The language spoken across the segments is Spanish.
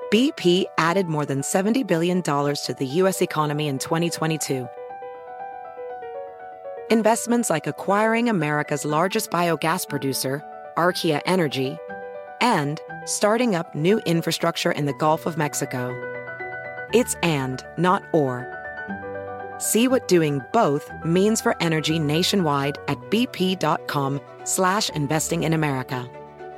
BP added more than $70 billion to the U.S. economy in 2022. Investments like acquiring America's largest biogas producer, Archaea Energy, and starting up new infrastructure in the Gulf of Mexico. It's and, not or. See what doing both means for energy nationwide at bp.com/investing in America.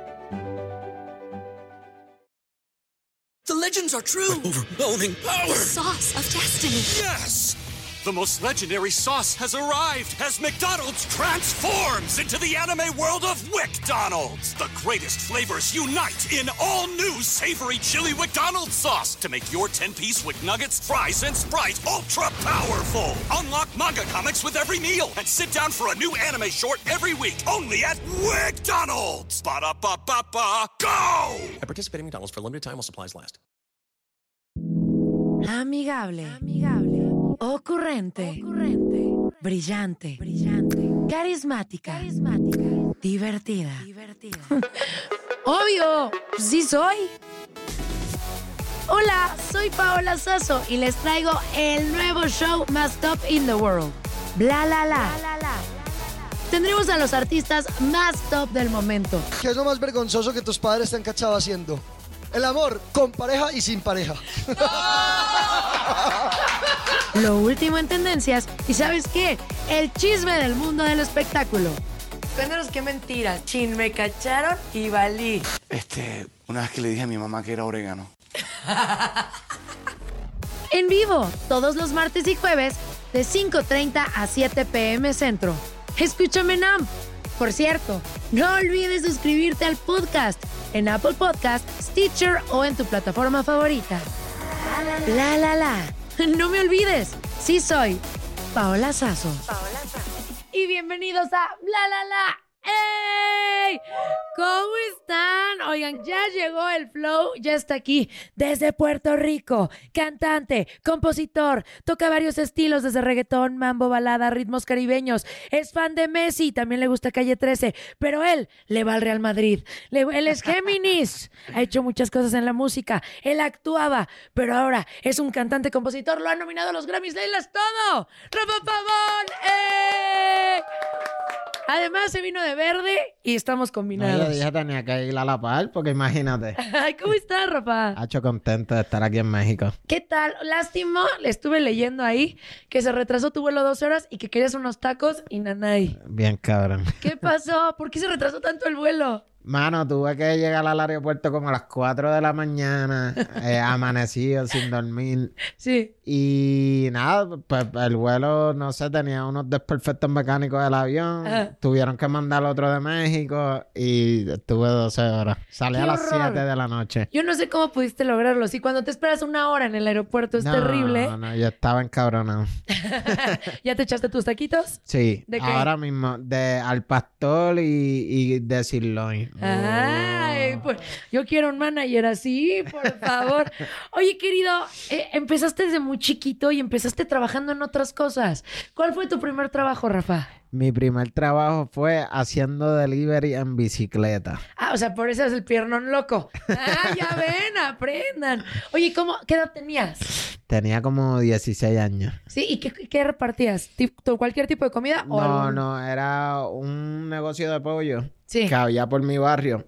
The legends are true. But overwhelming power! The sauce of destiny. Yes! The most legendary sauce has arrived as McDonald's transforms into the anime world of WickDonald's. The greatest flavors unite in all new savory chili McDonald's sauce to make your 10-piece Wick Nuggets, fries, and Sprite ultra-powerful. Unlock manga comics with every meal and sit down for a new anime short every week only at WickDonald's. Ba-da-ba-ba-ba, go! At participating McDonald's for a limited time while supplies last. Amigable. Ocurrente. Brillante. Carismática. Divertida. Obvio, sí soy. Hola, soy Paola Sasso y les traigo el nuevo show más top in the world. Bla la la. Tendremos a los artistas más top del momento. ¿Qué es lo más vergonzoso que tus padres te han cachado haciendo? El amor, con pareja y sin pareja. Lo último en tendencias y ¿sabes qué? El chisme del mundo del espectáculo. Cuéntanos qué mentiras. Chin, me cacharon y valí. Una vez que le dije a mi mamá que era orégano. En vivo, todos los martes y jueves, de 5:30 a 7 p.m. Centro. Escúchame en AMP. Por cierto, no olvides suscribirte al podcast en Apple Podcast, Stitcher o en tu plataforma favorita. La la la. No me olvides, sí soy Paola Sasso. Y bienvenidos a Bla La La. ¡Ey! ¿Cómo están? Oigan, ya llegó el flow, ya está aquí desde Puerto Rico. Cantante, compositor, toca varios estilos desde reggaetón, mambo, balada, ritmos caribeños. Es fan de Messi, también le gusta Calle 13, pero él le va al Real Madrid. Él es Géminis, ha hecho muchas cosas en la música, él actuaba, pero ahora es un cantante, compositor, lo han nominado a los Grammys, él es todo. ¡Rafa Pavón! ¡Eh! Además se vino de verde y estamos combinados. No, yo dije tenía que ir a la par porque imagínate. Ay, ¿cómo estás, Rafa? Hacho, contento de estar aquí en México. ¿Qué tal? Lástima, le estuve leyendo ahí que se retrasó tu vuelo 2 horas y que querías unos tacos y nanay. Bien cabrón. ¿Qué pasó? ¿Por qué se retrasó tanto el vuelo? Mano, tuve que llegar al aeropuerto como a las 4 de la mañana, amanecido, sin dormir. Sí. Y nada, pues el vuelo, no sé, tenía unos desperfectos mecánicos del avión. Ajá. Tuvieron que mandar otro de México y estuve 12 horas. Salí ¡Qué a las horror! 7 de la noche. Yo no sé cómo pudiste lograrlo. Si cuando te esperas 1 hora en el aeropuerto es terrible. No, yo estaba encabronado. ¿Ya te echaste tus taquitos? Sí, ¿De qué? ahora mismo, de al pastor y de sirloin. Ay, pues yo quiero un manager así, por favor. Oye, querido, empezaste desde muy chiquito y empezaste trabajando en otras cosas. ¿Cuál fue tu primer trabajo, Rafa? Mi primer trabajo fue haciendo delivery en bicicleta. Ah, o sea, por eso es el piernón loco. Ah, ya ven, aprendan. Oye, ¿qué edad tenías? Tenía como 16 años. Sí, ¿y qué repartías? ¿Cualquier tipo de comida o algún? No, era un negocio de pollo Sí. que había por mi barrio.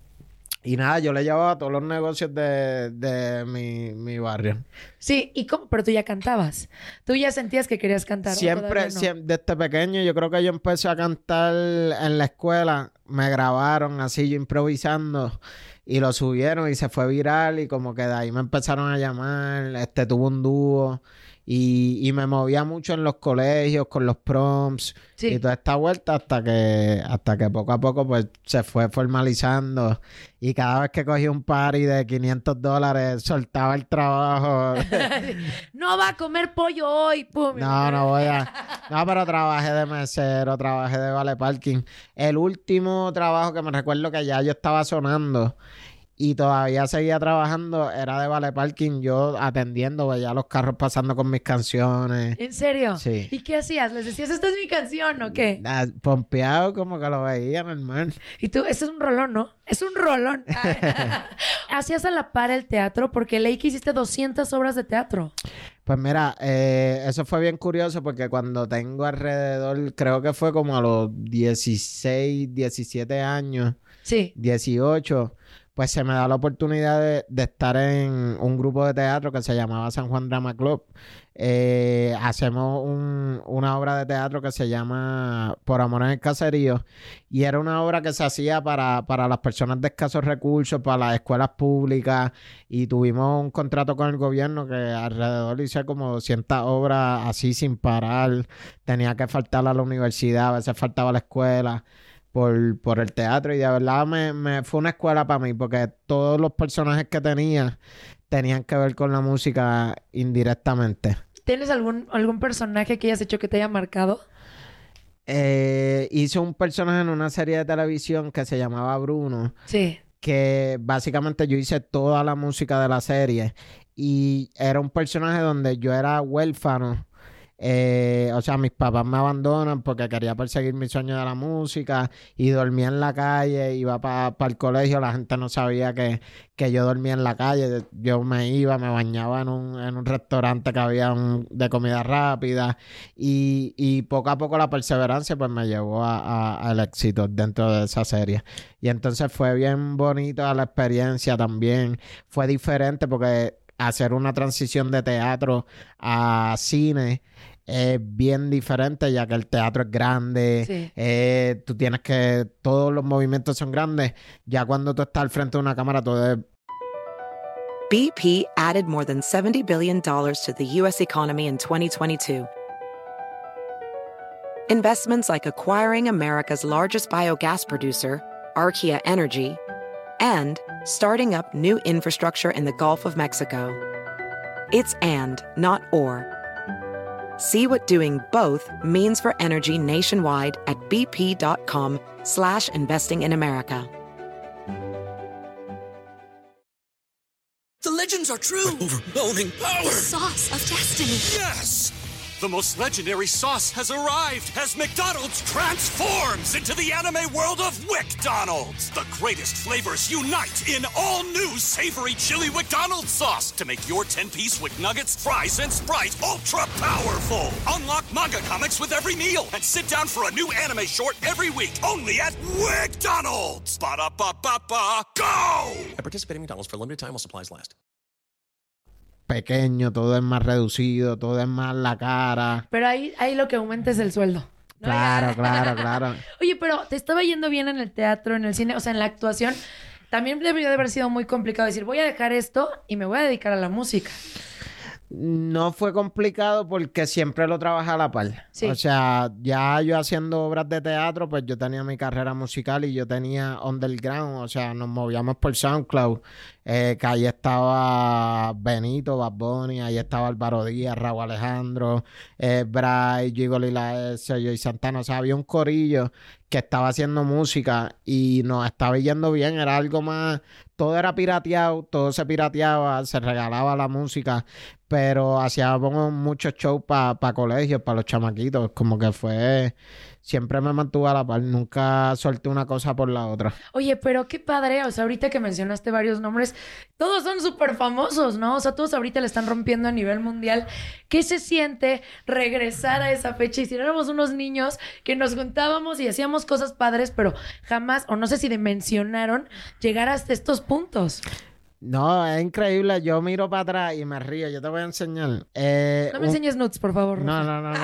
Y nada, yo le llevaba a todos los negocios de mi barrio. Sí, pero tú ya cantabas. Tú ya sentías que querías cantar. ¿o Siempre, todavía no? siempre, desde pequeño, yo creo que yo empecé a cantar en la escuela. Me grabaron así, yo improvisando. Y lo subieron y se fue viral. Y como que de ahí me empezaron a llamar. Tuvo un dúo. Y me movía mucho en los colegios, con los proms. Sí. Y toda esta vuelta hasta que poco a poco pues se fue formalizando. Y cada vez que cogía un party de $500, soltaba el trabajo. No va a comer pollo hoy. Pum. No voy a... No, pero trabajé de mesero, trabajé de vale parking. El último trabajo que me recuerdo que ya yo estaba sonando y todavía seguía trabajando, era de Vale Parking, yo atendiendo, veía los carros pasando con mis canciones. ¿En serio? Sí. ¿Y qué hacías? ¿Les decías, esta es mi canción o qué? Pompeado, como que lo veía, normal. Y tú, este es un rolón, ¿no? Es un rolón. ¿Hacías a la par el teatro? Porque leí que hiciste 200 obras de teatro. Pues mira, eso fue bien curioso porque cuando tengo alrededor, creo que fue como a los 16, 17 años, Sí. 18, pues se me da la oportunidad de estar en un grupo de teatro que se llamaba San Juan Drama Club. Hacemos una obra de teatro que se llama Por Amor en el Caserío, y era una obra que se hacía para las personas de escasos recursos, para las escuelas públicas, y tuvimos un contrato con el gobierno que alrededor hice como 200 obras así sin parar. Tenía que faltar a la universidad, a veces faltaba a la escuela por el teatro, y de verdad me fue una escuela para mí porque todos los personajes que tenían que ver con la música indirectamente. ¿Tienes algún personaje que hayas hecho que te haya marcado? Hice un personaje en una serie de televisión que se llamaba Bruno, Sí. que básicamente yo hice toda la música de la serie, y era un personaje donde yo era huérfano. O sea, mis papás me abandonan porque quería perseguir mi sueño de la música, y dormía en la calle, iba para el colegio, la gente no sabía que yo dormía en la calle. Yo me bañaba en un restaurante que había de comida rápida, y poco a poco la perseverancia pues me llevó al éxito dentro de esa serie. Y entonces fue bien bonita la experiencia también. Fue diferente porque hacer una transición de teatro a cine es bien diferente, ya que el teatro es grande. Sí. Tú tienes todos los movimientos son grandes. Ya cuando tú estás al frente de una cámara, todo es... BP added more than $70 billion to the U.S. economy in 2022. Investments like acquiring America's largest biogas producer, Archaea Energy, and starting up new infrastructure in the Gulf of Mexico. It's and, not or. See what doing both means for energy nationwide at bp.com/investing in America. The legends are true. Overwhelming power! The sauce of destiny. Yes! The most legendary sauce has arrived as McDonald's transforms into the anime world of WickDonald's. The greatest flavors unite in all new savory chili McDonald's sauce to make your 10-piece Wick Nuggets, fries, and Sprite ultra-powerful. Unlock manga comics with every meal and sit down for a new anime short every week only at WickDonald's. Ba-da-ba-ba-ba, go! At participating McDonald's for a limited time while supplies last. pequeño, todo es más reducido, todo es más la cara. Pero ahí lo que aumenta es el sueldo, ¿no? Claro. Oye, pero te estaba yendo bien en el teatro, en el cine, o sea, en la actuación. También debería de haber sido muy complicado decir, voy a dejar esto y me voy a dedicar a la música. No fue complicado porque siempre lo trabajé a la par. Sí. O sea, ya yo haciendo obras de teatro, pues yo tenía mi carrera musical y yo tenía underground. O sea, nos movíamos por SoundCloud. Que ahí estaba Benito, Bad Bunny, ahí estaba Álvaro Díaz, Raúl Alejandro, Bray, Gigolo y la S, Joey Santana. O sea, había un corillo que estaba haciendo música y nos estaba yendo bien. Era algo más... Todo era pirateado, todo se pirateaba, se regalaba la música, pero hacíamos muchos shows para colegios, para los chamaquitos. Como que fue... Siempre me mantuve a la par, nunca solté una cosa por la otra. Oye, pero qué padre, o sea, ahorita que mencionaste varios nombres, todos son súper famosos, ¿no? O sea, todos ahorita le están rompiendo a nivel mundial. ¿Qué se siente regresar a esa fecha? Y si éramos unos niños que nos juntábamos y hacíamos cosas padres, pero jamás, o no sé si dimensionaron, llegar hasta estos puntos. No, es increíble. Yo miro para atrás y me río. Yo te voy a enseñar. No me enseñes nudes, por favor. No.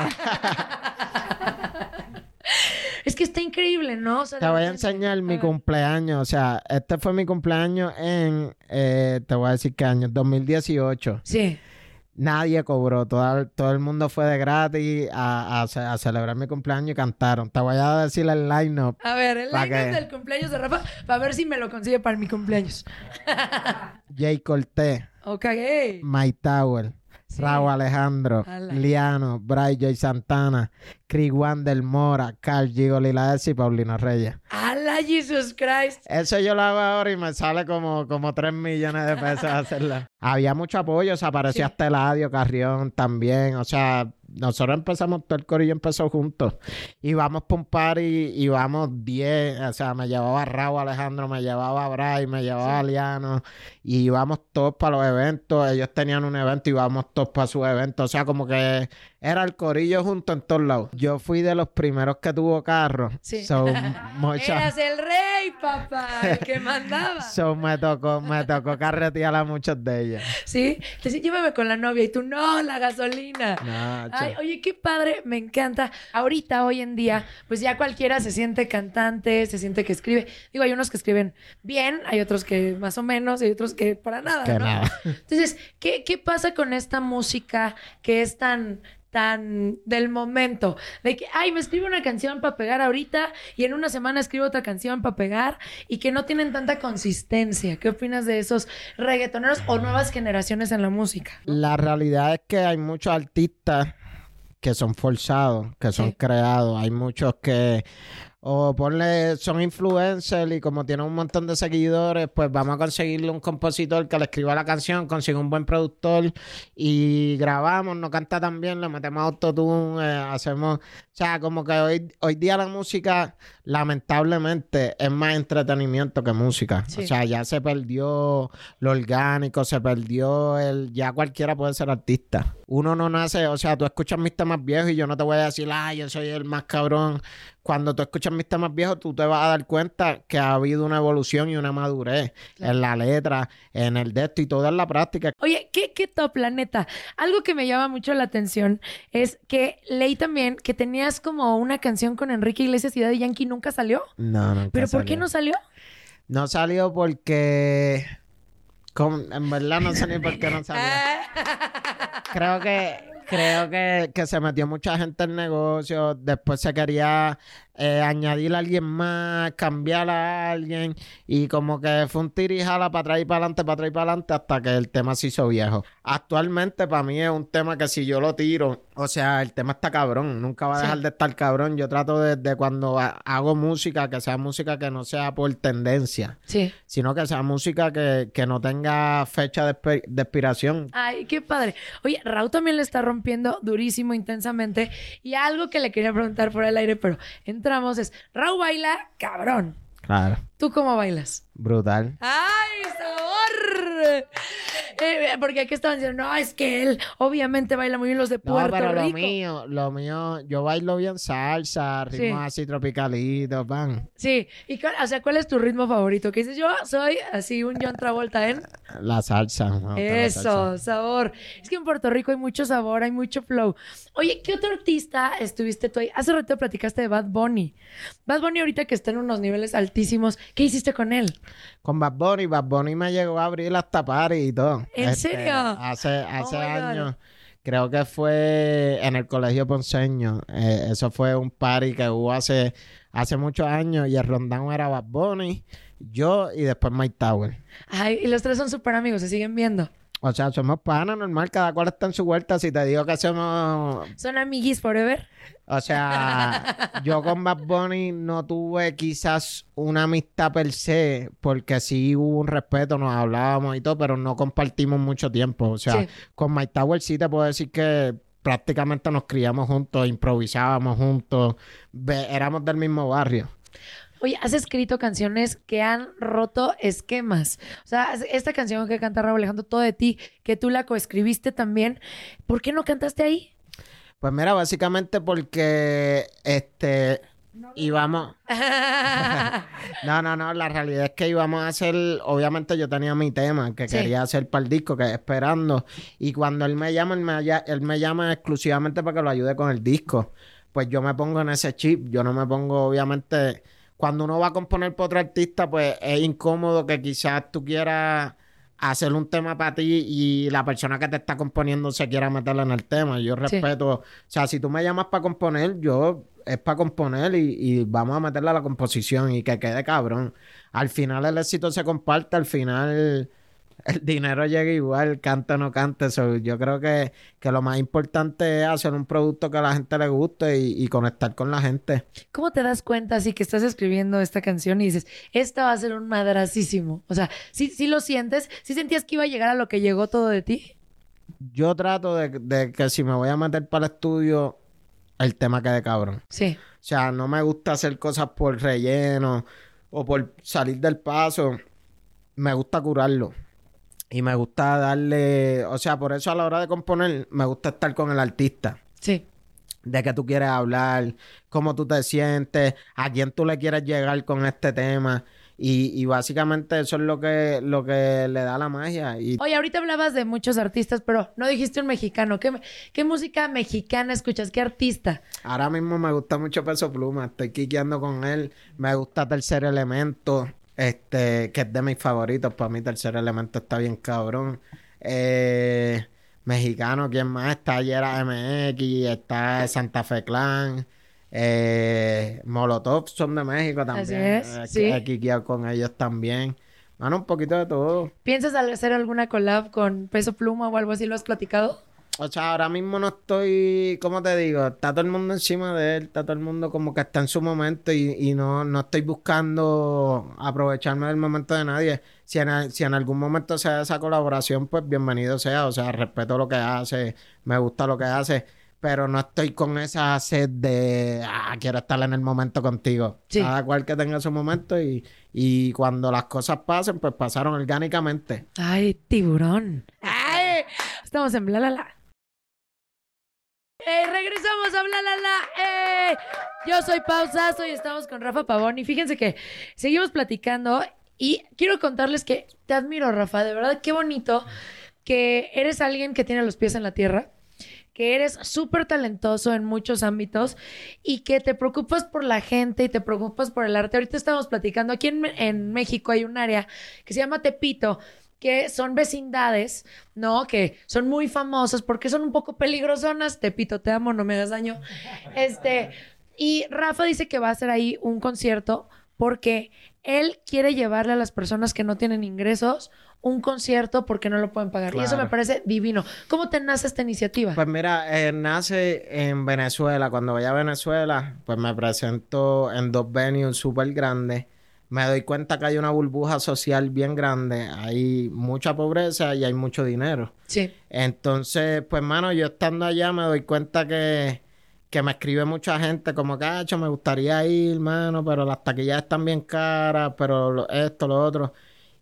Es que está increíble, ¿no? O sea, te voy a enseñar mi cumpleaños. O sea, este fue mi cumpleaños en... te voy a decir qué año. 2018. Sí. Nadie cobró. Todo el mundo fue de gratis a celebrar mi cumpleaños y cantaron. Te voy a decir el line-up. A ver, el line-up del cumpleaños de Rafa, para ver si me lo consigue para mi cumpleaños. Jay Cortez. Ok. Mike Tower. Sí. Raúl Alejandro, Ala. Liano, Bray Joy Santana, Chris Wander Mora, Carl Gigo Lilaes y Paulino Reyes. ¡Hala, Jesus Christ! Eso yo lo hago ahora y me sale como 3 millones de pesos hacerla. Había mucho apoyo, o sea, aparecía Sí. hasta Eladio Carrión también, o sea, nosotros empezamos, todo el corillo empezó juntos. Íbamos para un party y íbamos 10, o sea, me llevaba a Raúl Alejandro, me llevaba a Bray, me llevaba a Liano, y íbamos todos para los eventos. Ellos tenían un evento y íbamos todos para su evento, o sea, como que era el corillo junto en todos lados. Yo fui de los primeros que tuvo carro. Sí. So, mucha- Eras el rey, papá, el que mandaba. So, me tocó carretear a muchos de ellos. ¿Sí? Te decía, llévame con la novia y tú, no, la gasolina. No, Ay, oye, qué padre, me encanta. Ahorita, hoy en día, pues ya cualquiera se siente cantante, se siente que escribe. Digo, hay unos que escriben bien, hay otros que más o menos, hay otros que para nada, que ¿no? nada. Entonces, ¿qué pasa con esta música que es tan del momento? De que, ay, me escribo una canción para pegar ahorita y en una semana escribo otra canción para pegar y que no tienen tanta consistencia. ¿Qué opinas de esos reggaetoneros o nuevas generaciones en la música? La realidad es que hay muchos artistas que son forzados, que son Sí. creados. Hay muchos que, o ponle, son influencers y como tienen un montón de seguidores, pues vamos a conseguirle un compositor que le escriba la canción, consigue un buen productor y grabamos, no canta tan bien, le metemos autotune, hacemos... O sea, como que hoy día la música, lamentablemente, es más entretenimiento que música. Sí. O sea, ya se perdió lo orgánico, se perdió ya cualquiera puede ser artista. Uno no nace, o sea, tú escuchas mis temas viejos y yo no te voy a decir, yo soy el más cabrón. Cuando tú escuchas mis temas viejos, tú te vas a dar cuenta que ha habido una evolución y una madurez en la letra, en el de esto y todo en la práctica. Oye, qué top, la neta. Algo que me llama mucho la atención es que leí también que tenías como una canción con Enrique Iglesias y Daddy Yankee, ¿nunca salió? No, nunca ¿Pero por qué salió. no salió? No salió porque... en verdad no sé ni por qué no salió. Creo que se metió mucha gente en negocio. Después se quería añadir a alguien más, cambiar a alguien. Y como que fue un tirijala para atrás y para adelante, para atrás y para adelante, hasta que el tema se hizo viejo. Actualmente, para mí es un tema que si yo lo tiro, o sea, el tema está cabrón. Nunca va a dejar de estar cabrón. Yo trato de cuando hago música, que sea música que no sea por tendencia, Sí. sino que sea música que no tenga fecha de expiración. Ay, qué padre. Oye, Raúl también le está rompiendo durísimo, intensamente. Y algo que le quería preguntar por el aire, pero entramos es, Raúl baila cabrón. Claro. ¿Tú cómo bailas? Brutal. ¡Ay, sabor! Porque aquí estaban diciendo, no, es que él obviamente baila muy bien los de No, Puerto pero Rico. lo mío, yo bailo bien salsa, ritmos Sí. así tropicalitos, van. Sí, y ¿cuál es tu ritmo favorito? Que dices, yo soy así un John Travolta, ¿eh? La salsa. me gusta la Eso, salsa. sabor. Es que en Puerto Rico hay mucho sabor, hay mucho flow. Oye, ¿qué otro artista estuviste tú ahí? Hace rato platicaste de Bad Bunny. Bad Bunny ahorita que está en unos niveles altísimos, ¿qué hiciste con él? Con Bad Bunny me llegó a abrir hasta party y todo. ¿En serio? Hace Oh my God. años. Creo que fue en el Colegio Ponceño. Eso fue un party que hubo hace muchos años y el rundown era Bad Bunny, yo y después Mike Tower. Ay, y los tres son súper amigos, se siguen viendo. O sea, somos panas normal, cada cual está en su vuelta. Si te digo que somos... ¿Son amiguis forever? O sea, yo con Bad Bunny no tuve quizás una amistad per se, porque sí hubo un respeto, nos hablábamos y todo, pero no compartimos mucho tiempo. O sea, Sí. con Mike Tower sí te puedo decir que prácticamente nos criamos juntos, improvisábamos juntos, éramos del mismo barrio. Oye, has escrito canciones que han roto esquemas. O sea, esta canción que canta Raúl Alejandro, Todo de ti, que tú la coescribiste también. ¿Por qué no cantaste ahí? Pues mira, básicamente porque íbamos... No, la realidad es que íbamos a hacer, obviamente yo tenía mi tema que Sí. quería hacer para el disco, que esperando, y cuando él me llama, él me llama exclusivamente para que lo ayude con el disco. Pues yo me pongo en ese chip, yo no me pongo, obviamente, cuando uno va a componer para otro artista, pues es incómodo que quizás tú quieras hacer un tema para ti y la persona que te está componiendo se quiera meterla en el tema. Yo respeto, o sea, si tú me llamas para componer, es para componer y vamos a meterle a la composición y que quede cabrón. Al final el éxito se comparte, al final el dinero llega igual, cante o no cante. So, yo creo que lo más importante es hacer un producto que a la gente le guste y conectar con la gente. ¿Cómo te das cuenta así que estás escribiendo esta canción y dices, esta va a ser un madrasísimo? O sea, ¿sí lo sientes? ¿Sí sentías que iba a llegar a lo que llegó todo de ti? Yo trato de que si me voy a meter para el estudio, el tema quede cabrón. Sí. O sea, no me gusta hacer cosas por relleno o por salir del paso. Me gusta curarlo. Y me gusta darle... O sea, por eso a la hora de componer, me gusta estar con el artista. Sí. De qué tú quieres hablar, cómo tú te sientes, a quién tú le quieres llegar con este tema. Y básicamente eso es lo que le da la magia. Oye, ahorita hablabas de muchos artistas, pero no dijiste un mexicano. ¿Qué música mexicana escuchas? ¿Qué artista? Ahora mismo me gusta mucho Peso Pluma. Estoy quiqueando con él. Me gusta Tercer Elemento, que es de mis favoritos. Para mí Tercer Elemento está bien cabrón. Mexicano, ¿quién más? Está Yera MX, está Santa Fe Clan. Molotov son de México también. Así es, sí. He quiqueado con ellos también. Bueno, un poquito de todo. ¿Piensas hacer alguna collab con Peso Pluma o algo así? ¿Lo has platicado? O sea, ahora mismo no estoy, ¿cómo te digo? Está todo el mundo encima de él, está todo el mundo como que está en su momento y no estoy buscando aprovecharme del momento de nadie. Si en algún momento se da esa colaboración, pues bienvenido sea. O sea, respeto lo que hace, me gusta lo que hace. Pero no estoy con esa sed de, quiero estar en el momento contigo. Sí. Cada cual que tenga su momento y cuando las cosas pasen, pues pasaron orgánicamente. Ay, tiburón. Ay, estamos en Bla La La. Regresamos a Bla La La. Yo soy Pausazo y estamos con Rafa Pavón. Y fíjense que seguimos platicando y quiero contarles que te admiro, Rafa. De verdad, qué bonito que eres alguien que tiene los pies en la tierra, que eres súper talentoso en muchos ámbitos y que te preocupas por la gente y te preocupas por el arte. Ahorita estamos platicando, aquí en México hay un área que se llama Tepito, que son vecindades, ¿no? Que son muy famosas porque son un poco peligrosonas. Tepito, te amo, no me hagas daño. Y Rafa dice que va a hacer ahí un concierto porque él quiere llevarle a las personas que no tienen ingresos un concierto porque no lo pueden pagar. Claro. Y eso me parece divino. ¿Cómo te nace esta iniciativa? Pues mira, nace en Venezuela. Cuando voy a Venezuela, pues me presento en 2 venues súper grandes. Me doy cuenta que hay una burbuja social bien grande. Hay mucha pobreza y hay mucho dinero. Sí. Entonces, pues, mano, yo estando allá me doy cuenta que me escribe mucha gente como que, me gustaría ir, mano, pero las taquillas están bien caras, pero esto, lo otro.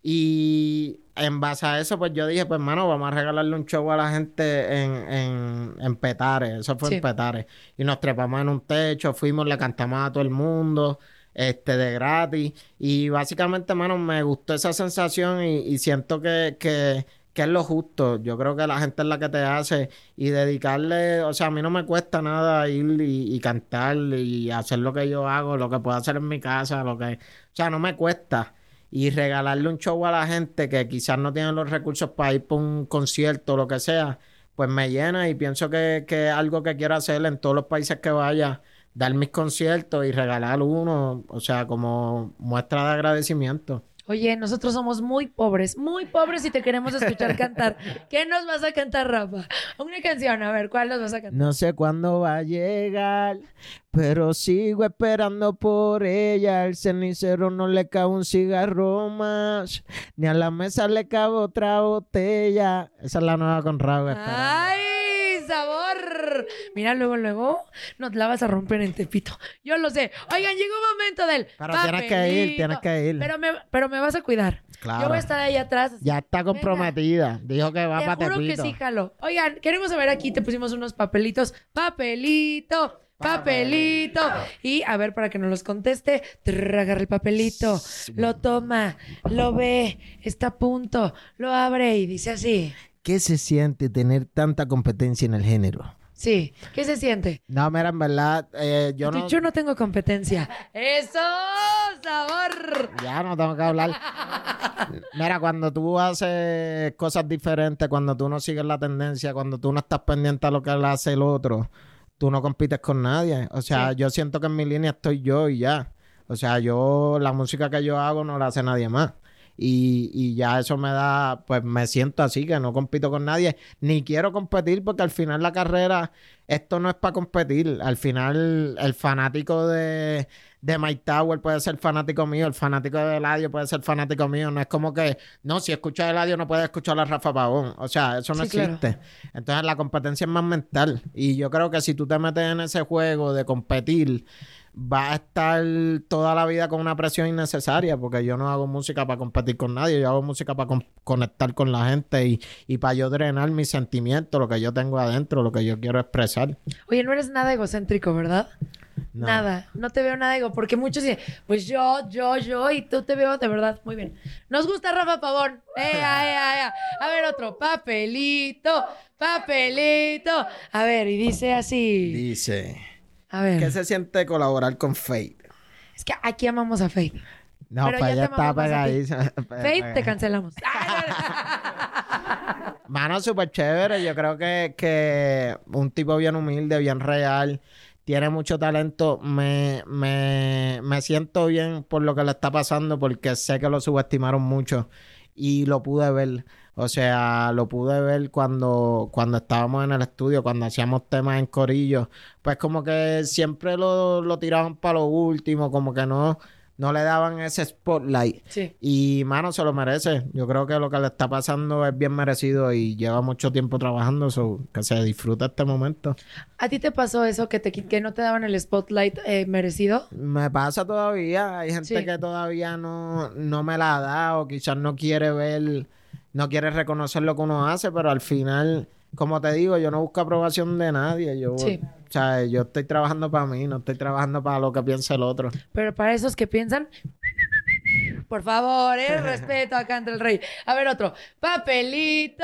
Y en base a eso, pues yo dije, pues, mano, vamos a regalarle un show a la gente en Petare. Eso fue en Petare. Y nos trepamos en un techo, fuimos, le cantamos a todo el mundo, de gratis. Y básicamente, mano, me gustó esa sensación y siento que es lo justo. Yo creo que la gente es la que te hace y dedicarle, o sea, a mí no me cuesta nada ir y cantar y hacer lo que yo hago, lo que puedo hacer en mi casa, o sea, no me cuesta. Y regalarle un show a la gente que quizás no tiene los recursos para ir por un concierto o lo que sea, pues me llena y pienso que es algo que quiero hacer en todos los países que vaya, dar mis conciertos y regalar uno, o sea, como muestra de agradecimiento. Oye, nosotros somos muy pobres y te queremos escuchar cantar. ¿Qué nos vas a cantar, Rafa? Una canción, a ver, ¿cuál nos vas a cantar? No sé cuándo va a llegar, pero sigo esperando por ella. Al cenicero no le cabe un cigarro más, ni a la mesa le cabe otra botella. Esa es la nueva con Raúl. ¡Ay, sabor! Mira, luego nos la vas a romper en Tepito. Yo lo sé. Oigan, llegó un momento del pero papelito. tienes que ir. Pero me vas a cuidar. Claro. Yo voy a estar ahí atrás. Ya está comprometida. Venga. Dijo que va para Tepito. Te juro que sí, jalo. Oigan, queremos saber aquí, te pusimos unos papelitos. Papelito. Y a ver, para que nos los conteste, agarra el papelito, lo toma, lo ve, está a punto, lo abre y dice así. ¿Qué se siente tener tanta competencia en el género? Sí, ¿qué se siente? No, mira, en verdad, yo no tengo competencia. ¡Eso! ¡Sabor! Ya no tengo que hablar. Mira, cuando tú haces cosas diferentes, cuando tú no sigues la tendencia, cuando tú no estás pendiente a lo que le hace el otro, tú no compites con nadie. O sea, yo siento que en mi línea estoy yo y ya. O sea, la música que yo hago no la hace nadie más. y ya eso me da, pues me siento así, que no compito con nadie, ni quiero competir porque al final la carrera, esto no es para competir. Al final el fanático de Mike Tower puede ser fanático mío, el fanático de Eladio puede ser fanático mío. No es como que, no, si escuchas a Eladio no puedes escuchar a Rafa Pavón. O sea, eso no existe. Claro. Entonces la competencia es más mental. Y yo creo que si tú te metes en ese juego de competir, vas a estar toda la vida con una presión innecesaria, porque yo no hago música para competir con nadie, yo hago música para conectar con la gente y para yo drenar mis sentimientos, lo que yo tengo adentro, lo que yo quiero expresar. Oye, no eres nada egocéntrico, ¿verdad? No. Nada, no te veo nada ego, porque muchos dicen, pues yo, y tú te veo de verdad, muy bien. Nos gusta Rafa Pavón. A ver, otro, papelito. A ver, y dice así. Dice... A ver. ¿Qué se siente colaborar con Fate? Es que aquí amamos a Fate. No, pero pues ya está pegadísima. Fate, te cancelamos. Mano, súper chévere. Yo creo que un tipo bien humilde, bien real, tiene mucho talento. Me siento bien por lo que le está pasando, porque sé que lo subestimaron mucho y lo pude ver. O sea, lo pude ver cuando estábamos en el estudio, cuando hacíamos temas en corillo. Pues como que siempre lo tiraban para lo último, como que no le daban ese spotlight. Sí. Y, mano, se lo merece. Yo creo que lo que le está pasando es bien merecido y lleva mucho tiempo trabajando, que se disfruta este momento. ¿A ti te pasó eso, que no te daban el spotlight merecido? Me pasa todavía. Hay gente que todavía no me la da o quizás no quiere ver... No quiere reconocer lo que uno hace, pero al final, como te digo, yo no busco aprobación de nadie. O sea, yo estoy trabajando para mí, no estoy trabajando para lo que piense el otro. Pero para esos que piensan, por favor, respeto acá entre el rey. A ver, otro. Papelito.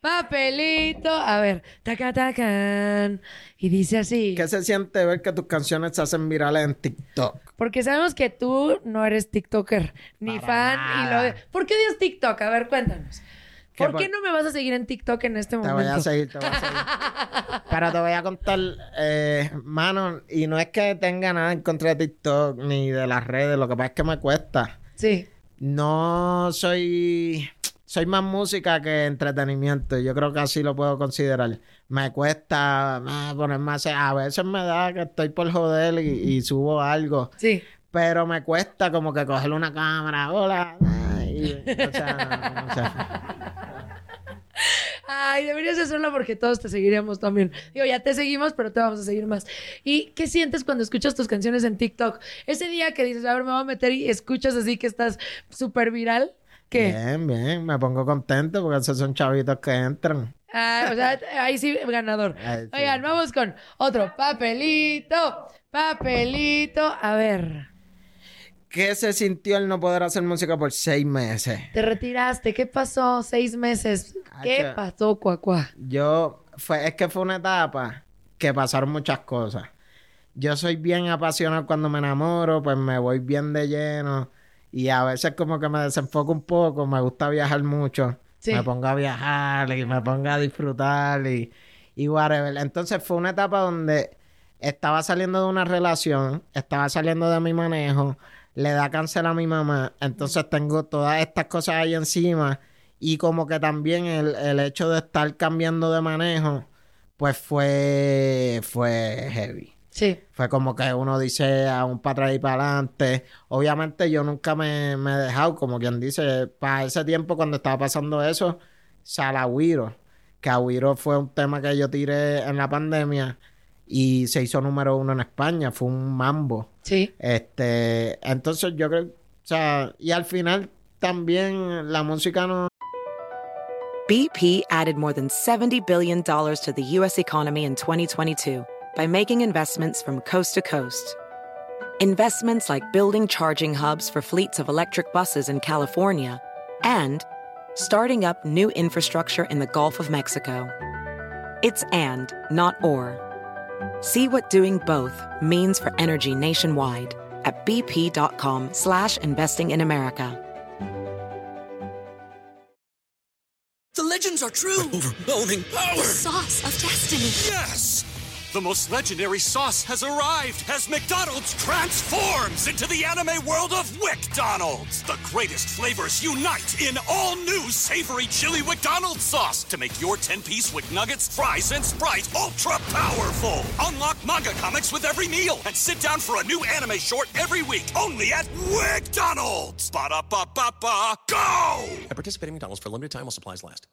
A ver, tacan. Y dice así. ¿Qué se siente ver que tus canciones se hacen virales en TikTok? Porque sabemos que tú no eres TikToker, ni fan. ¿Por qué odias TikTok? A ver, cuéntanos. ¿Por qué no me vas a seguir en TikTok en este momento? Te voy a seguir. Pero te voy a contar, mano, y no es que tenga nada en contra de TikTok ni de las redes, lo que pasa es que me cuesta. Sí. No soy más música que entretenimiento. Yo creo que así lo puedo considerar. Me cuesta ponerme a veces me da que estoy por joder y subo algo. Sí. Pero me cuesta como que coger una cámara. Hola. O sea. Ay, deberías hacerlo porque todos te seguiríamos también. Digo, ya te seguimos, pero te vamos a seguir más. ¿Y qué sientes cuando escuchas tus canciones en TikTok? Ese día que dices, a ver, me voy a meter y escuchas así que estás súper viral. ¿Qué? Bien. Me pongo contento porque esos son chavitos que entran. O sea, ahí sí, ganador. Sí. Oigan, vamos con otro. Papelito. A ver. ¿Qué se sintió el no poder hacer música por 6 meses? Te retiraste. ¿Qué pasó? 6 meses. ¿Qué pasó, cuacuá? Es que fue una etapa que pasaron muchas cosas. Yo soy bien apasionado cuando me enamoro, pues me voy bien de lleno. Y a veces como que me desenfoco un poco. Me gusta viajar mucho. Sí. Me pongo a viajar y me pongo a disfrutar y whatever. Entonces fue una etapa donde estaba saliendo de una relación, estaba saliendo de mi manejo, le da cáncer a mi mamá. Entonces tengo todas estas cosas ahí encima. Y como que también el hecho de estar cambiando de manejo, pues fue heavy. Sí. Fue como que uno dice aún para atrás y para adelante. Obviamente yo nunca me he dejado, como quien dice, para ese tiempo cuando estaba pasando eso, sale Agüiro. Que Agüiro fue un tema que yo tiré en la pandemia y se hizo número 1 en España. Fue un mambo. Sí. Entonces yo creo, o sea, y al final también la música no... BP added more than $70 billion to the U.S. economy in 2022 by making investments from coast to coast. Investments like building charging hubs for fleets of electric buses in California and starting up new infrastructure in the Gulf of Mexico. It's and, not or. See what doing both means for energy nationwide at bp.com/investing in America. The legends are true. Overwhelming power! The sauce of destiny. Yes! The most legendary sauce has arrived as McDonald's transforms into the anime world of WickDonald's. The greatest flavors unite in all new savory chili McDonald's sauce to make your 10-piece Wick Nuggets, fries, and Sprite ultra-powerful. Unlock manga comics with every meal and sit down for a new anime short every week only at WickDonald's. Ba-da-ba-ba-ba, go! At participating McDonald's for a limited time while supplies last.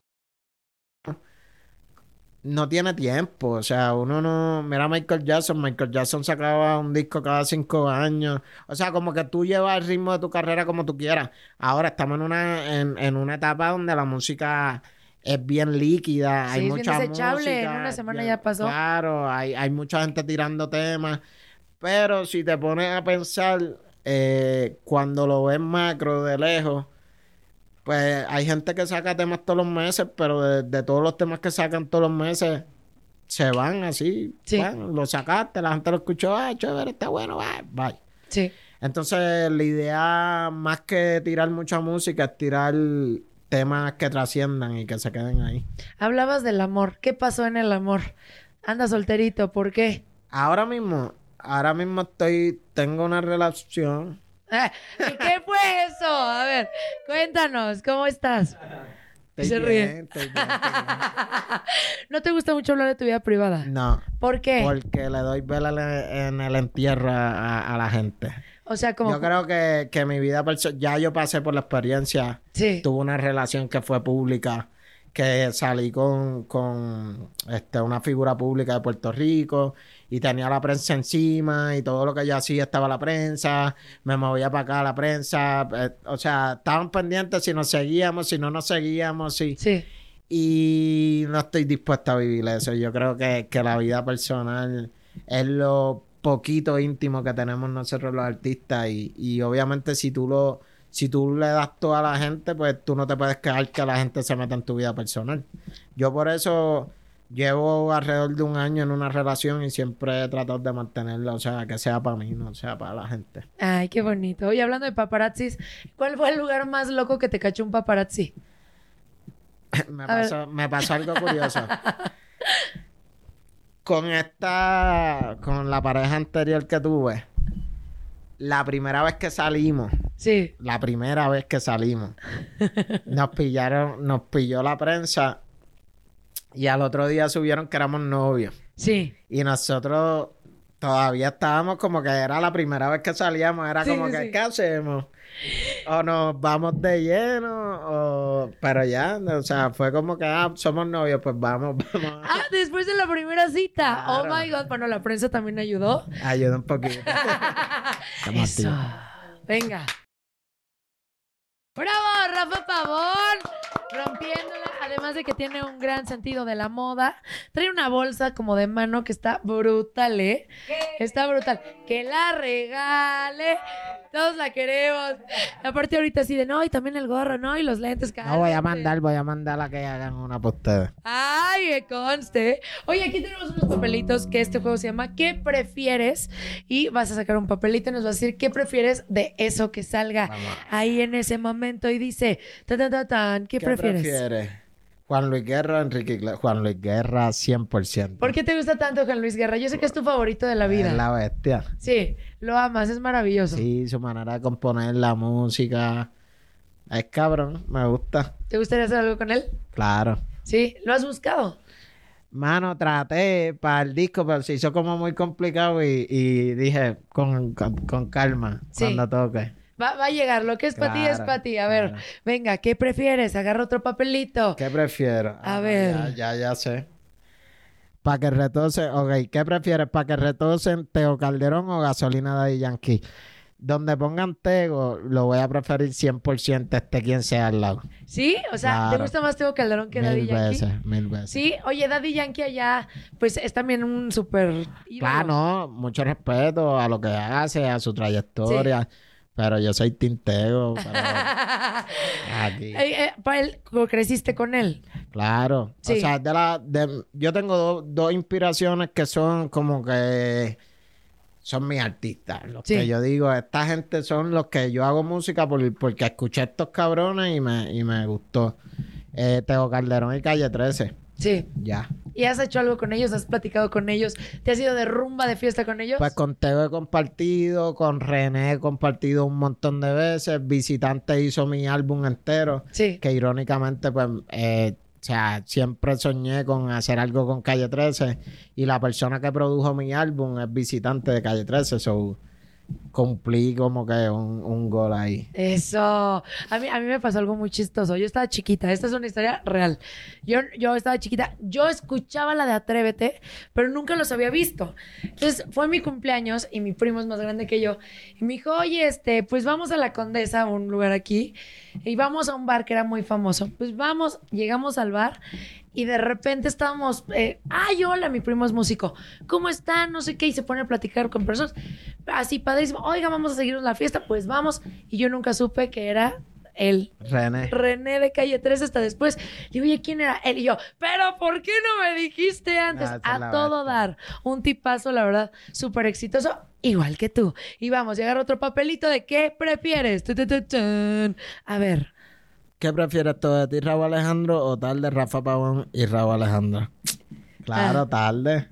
No tiene tiempo, o sea, uno no... Mira Michael Jackson sacaba un disco cada 5 años, o sea, como que tú llevas el ritmo de tu carrera como tú quieras. Ahora estamos en una etapa donde la música es bien líquida, Sí, hay es mucha bien desechable, música, en una semana ya pasó. Claro, hay mucha gente tirando temas, pero si te pones a pensar, cuando lo ves macro de lejos, pues hay gente que saca temas todos los meses, pero de todos los temas que sacan todos los meses, se van así. Sí. Bueno, lo sacaste, la gente lo escuchó, chévere, está bueno, bye. Sí. Entonces, la idea, más que tirar mucha música, es tirar temas que trasciendan y que se queden ahí. Hablabas del amor. ¿Qué pasó en el amor? Anda solterito, ¿por qué? Ahora mismo tengo una relación. ¿Y qué fue eso? A ver, cuéntanos, ¿cómo estás? Se ríe. Estoy bien. ¿No te gusta mucho hablar de tu vida privada? No. ¿Por qué? Porque le doy vela en el entierro a la gente. O sea, como... Yo creo que mi vida ya yo pasé por la experiencia. Sí. Tuve una relación que fue pública, que salí con una figura pública de Puerto Rico y tenía la prensa encima y todo lo que yo hacía estaba la prensa, me movía para acá la prensa, o sea, estaban pendientes si nos seguíamos, si no nos seguíamos, sí. Y no estoy dispuesto a vivir eso. Yo creo que la vida personal es lo poquito íntimo que tenemos nosotros los artistas y obviamente si tú le das todo a la gente, pues tú no te puedes quejar que la gente se meta en tu vida personal. Yo por eso llevo alrededor de 1 año en una relación y siempre he tratado de mantenerla, o sea, que sea para mí, no sea para la gente. Ay, qué bonito. Oye, hablando de paparazzis, ¿cuál fue el lugar más loco que te cachó un paparazzi? Me pasó algo curioso. Con la pareja anterior que tuve, la primera vez que salimos, nos pilló la prensa y al otro día subieron que éramos novios. Sí. Y nosotros todavía estábamos como que era la primera vez que salíamos, era como que, ¿qué hacemos? O nos vamos de lleno, pero ya, o sea, fue como que, somos novios, pues vamos. Después de la primera cita. Claro. Oh my God, bueno, la prensa también ayudó. Ayuda un poquito. Eso. Venga. ¡Bravo, Rafa Pavón! Rompiéndola. Además de que tiene un gran sentido de la moda. Trae una bolsa como de mano que está brutal, ¿eh? Está brutal. Que la regale. Todos la queremos. Aparte ahorita así de, no, y también el gorro, ¿no? Y los lentes. No, voy a mandar a que hagan una por ustedes. Ay, que conste. Oye, aquí tenemos unos papelitos que este juego se llama ¿Qué prefieres? Y vas a sacar un papelito y nos vas a decir ¿qué prefieres de eso que salga ahí en ese momento? Y dice, ¿qué prefieres? Juan Luis Guerra, Enrique Iglesias. Juan Luis Guerra, 100%. ¿Por qué te gusta tanto Juan Luis Guerra? Yo sé que es tu favorito de la vida. Es la bestia. Sí, lo amas, es maravilloso. Sí, su manera de componer la música. Es cabrón, me gusta. ¿Te gustaría hacer algo con él? Claro. Sí, ¿lo has buscado? Mano, traté para el disco, pero se hizo como muy complicado y dije, con calma, cuando toque. Va a llegar, lo que es para ti es para ti. A ver, venga, ¿qué prefieres? Agarra otro papelito. ¿Qué prefiero? A ver. Ya sé. Para que retocen, ok, ¿qué prefieres? ¿Para que retocen Tego Calderón o gasolina de Daddy Yankee? Donde pongan Tego, lo voy a preferir 100% esté quien sea al lado. ¿Sí? O sea, claro. ¿te gusta más Tego Calderón que Daddy Yankee? Mil veces. Sí, oye, Daddy Yankee allá, pues es también un súper ídolo. Claro, no, mucho respeto a lo que hace, a su trayectoria. Sí. Pero yo soy Tintego. Aquí. ¿Para él creciste con él? Claro. Sí. O sea, yo tengo dos inspiraciones que son como que son mis artistas. Los que yo digo, esta gente son los que yo hago música porque escuché a estos cabrones y me gustó. Tego Calderón y Calle 13. Sí. Ya. ¿Y has hecho algo con ellos? ¿Has platicado con ellos? ¿Te has ido de rumba, de fiesta con ellos? Pues con Teo he compartido, con René he compartido un montón de veces. Visitante hizo mi álbum entero. Sí. Que irónicamente, pues, o sea, siempre soñé con hacer algo con Calle 13. Y la persona que produjo mi álbum es Visitante de Calle 13. So, cumplí como que un gol ahí. Eso. A mí me pasó algo muy chistoso. Yo estaba chiquita. Esta es una historia real. Yo estaba chiquita. Yo escuchaba la de Atrévete, pero nunca los había visto. Entonces, fue mi cumpleaños y mi primo es más grande que yo. Y me dijo, oye, pues vamos a la Condesa, un lugar aquí, y vamos a un bar que era muy famoso. Pues vamos, llegamos al bar y de repente estábamos, hola, mi primo es músico. ¿Cómo están? No sé qué. Y se pone a platicar con personas. Así, padrísimo. Oiga, vamos a seguirnos la fiesta. Pues vamos. Y yo nunca supe que era él. René de Calle 13 hasta después. Le digo, oye, ¿quién era él? Y yo, ¿pero por qué no me dijiste antes? A todo dar. Un tipazo, la verdad, súper exitoso. Igual que tú. Y vamos, llegar otro papelito de ¿qué prefieres? A ver. ¿Qué prefieres tú de ti, Raúl Alejandro, o tal de Rafa Pavón y Raúl Alejandro? Claro, tarde.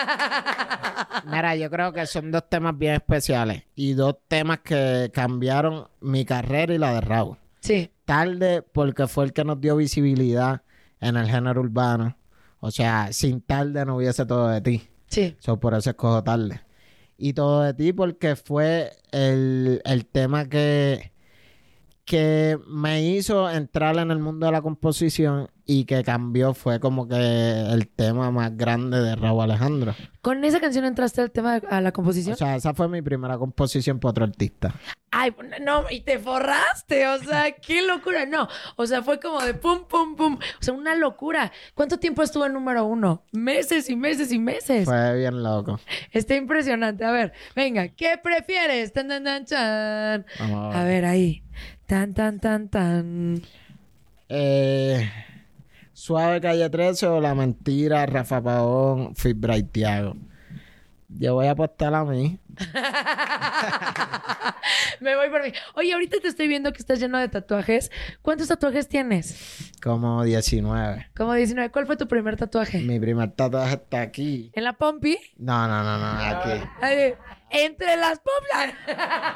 Mira, yo creo que son dos temas bien especiales y dos temas que cambiaron mi carrera y la de Raúl. Sí. Tarde porque fue el que nos dio visibilidad en el género urbano. O sea, sin Tarde no hubiese Todo de Ti. Sí. Por eso escojo Tarde. Y Todo de Ti porque fue el tema que me hizo entrar en el mundo de la composición y que cambió, fue como que el tema más grande de Raúl Alejandro. ¿Con esa canción entraste al tema a la composición? O sea, esa fue mi primera composición para otro artista. Ay, no, y te forraste, o sea, qué locura. No, o sea, fue como de pum, pum, pum. O sea, una locura. ¿Cuánto tiempo estuvo en número 1? Meses y meses y meses. Fue bien loco. Está impresionante. A ver, venga, ¿qué prefieres? Tan, tan, tan, tan. A ver, ahí. Tan, tan, tan, tan. Suave Calle 13 o La Mentira, Rafa Pavón, Fibra y Tiago. Yo voy a apostar a mí. Me voy por mí. Oye, ahorita te estoy viendo que estás lleno de tatuajes. ¿Cuántos tatuajes tienes? Como 19. Como 19. ¿Cuál fue tu primer tatuaje? Mi primer tatuaje está aquí. ¿En la pompi? No, aquí. Ay, entre las pompas.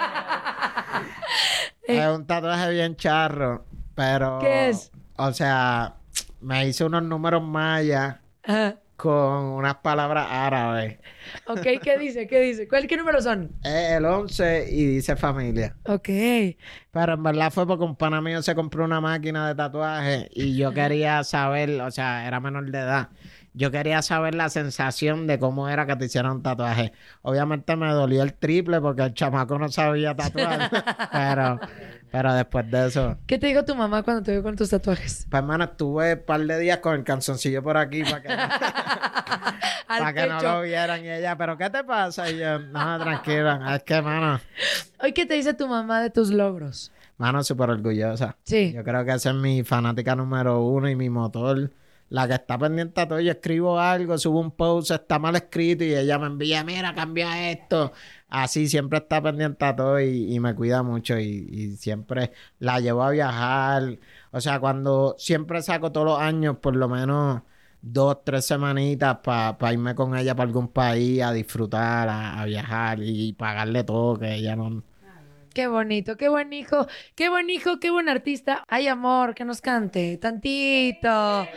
Es un tatuaje bien charro, pero... ¿Qué es? O sea, me hice unos números mayas con unas palabras árabes. Ok, ¿qué dice? ¿Qué dice? ¿Qué números son? Es el 11 y dice familia. Ok. Pero en verdad fue porque un pana mío se compró una máquina de tatuaje y yo quería saber, o sea, era menor de edad. Yo quería saber la sensación de cómo era que te hicieran un tatuaje. Obviamente me dolió el triple porque el chamaco no sabía tatuar. pero después de eso... ¿Qué te dijo tu mamá cuando te vio con tus tatuajes? Pues, hermano, estuve un par de días con el calzoncillo por aquí para que no lo vieran. Y ella, ¿pero qué te pasa? Y yo, no, tranquila. Es que, mano... ¿Hoy qué te dice tu mamá de tus logros? Mano, súper orgullosa. Sí. Yo creo que esa es mi fanática número 1 y mi motor. La que está pendiente a todo. Yo escribo algo, subo un post, está mal escrito y ella me envía, mira, cambia esto. Así siempre está pendiente a todo y me cuida mucho y siempre la llevo a viajar. O sea, cuando siempre saco todos los años por lo menos 2, 3 semanitas para irme con ella para algún país a disfrutar, a viajar y pagarle todo, que ella no... Qué bonito, qué buen hijo, qué buen hijo, qué buen artista. Ay, amor, que nos cante tantito.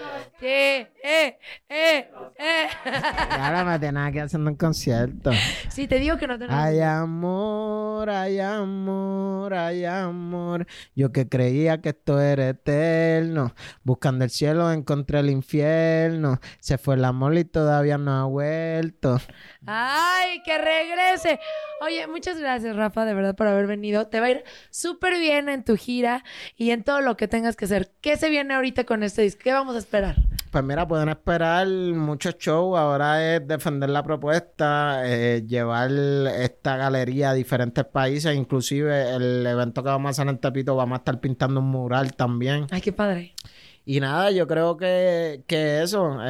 Ahora me tenía que hacer un concierto. Sí, te digo que no tenemos... Ay, amor, ay, amor, ay, amor. Yo que creía que esto era eterno. Buscando el cielo encontré el infierno. Se fue el amor y todavía no ha vuelto. Ay, que regrese. Oye, muchas gracias, Rafa, de verdad, por haber venido. Te va a ir súper bien en tu gira y en todo lo que tengas que hacer. ¿Qué se viene ahorita con este disco? ¿Qué vamos a esperar? Pues mira, pueden esperar muchos shows. Ahora es defender la propuesta, llevar esta galería a diferentes países. Inclusive el evento que vamos a hacer en Tepito, vamos a estar pintando un mural también. Ay, qué padre. Y nada, yo creo que eso,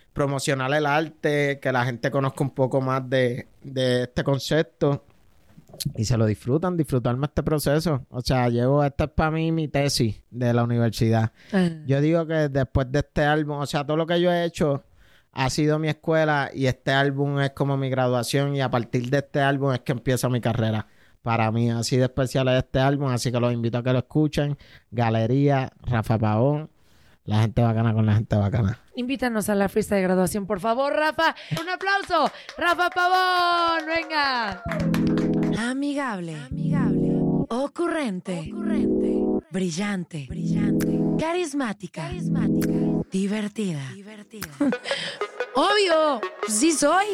promocionar el arte, que la gente conozca un poco más de este concepto. y se lo disfrutarme este proceso. O sea, esta es para mí mi tesis de la universidad. Yo digo que después de este álbum, o sea, todo lo que yo he hecho ha sido mi escuela y este álbum es como mi graduación y a partir de este álbum es que empieza mi carrera. Para mí, así de especial es este álbum, así que los invito a que lo escuchen. Galería, Rafa Pavón, la gente bacana con la gente bacana. Invítanos a la fiesta de graduación, por favor, Rafa. Un aplauso. Rafa Pavón, venga. Amigable. Ocurrente. Brillante. Carismática. Divertida. Obvio, sí soy.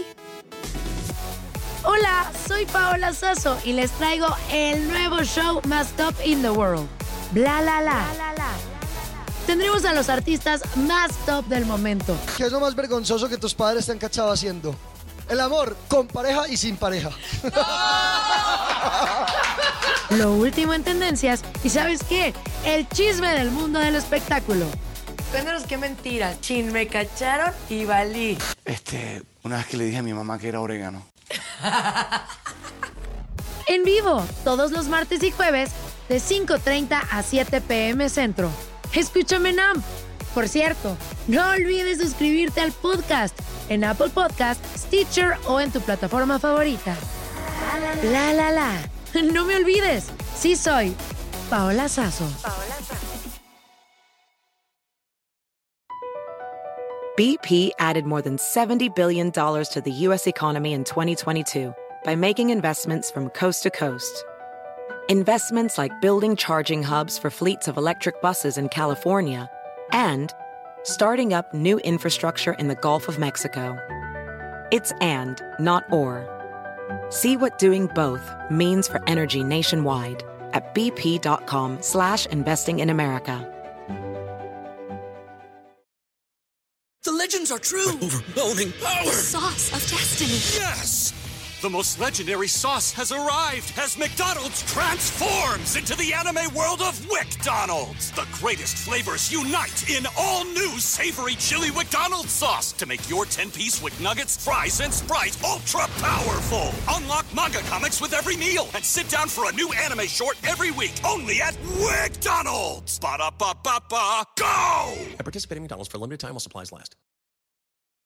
Hola, soy Paola Sasso y les traigo el nuevo show más top in the world. Bla La La. Tendremos a los artistas más top del momento. ¿Qué es lo más vergonzoso que tus padres te han cachado haciendo? El amor con pareja y sin pareja. Lo último en tendencias y ¿sabes qué? El chisme del mundo del espectáculo. Cuéntanos qué mentira. Chin, me cacharon y valí. Una vez que le dije a mi mamá que era orégano. En vivo, todos los martes y jueves, de 5:30 a 7 p.m. Centro. Escúchame en AMP. Por cierto, no olvides suscribirte al podcast en Apple Podcast, Stitcher o en tu plataforma favorita. La La La. No me olvides, sí soy Paola Sasso. BP added more than $70 billion to the U.S. economy in 2022 by making investments from coast to coast. Investments like building charging hubs for fleets of electric buses in California and starting up new infrastructure in the Gulf of Mexico. It's and, not or. See what doing both means for energy nationwide at bp.com/investing in America. The legends are true. Overwhelming power! The sauce of destiny. Yes! The most legendary sauce has arrived as McDonald's transforms into the anime world of WickDonald's. The greatest flavors unite in all new savory chili McDonald's sauce to make your 10-piece Wick Nuggets, fries, and Sprite ultra-powerful. Unlock manga comics with every meal and sit down for a new anime short every week only at WickDonald's. Ba-da-ba-ba-ba, go! At participating McDonald's for a limited time while supplies last.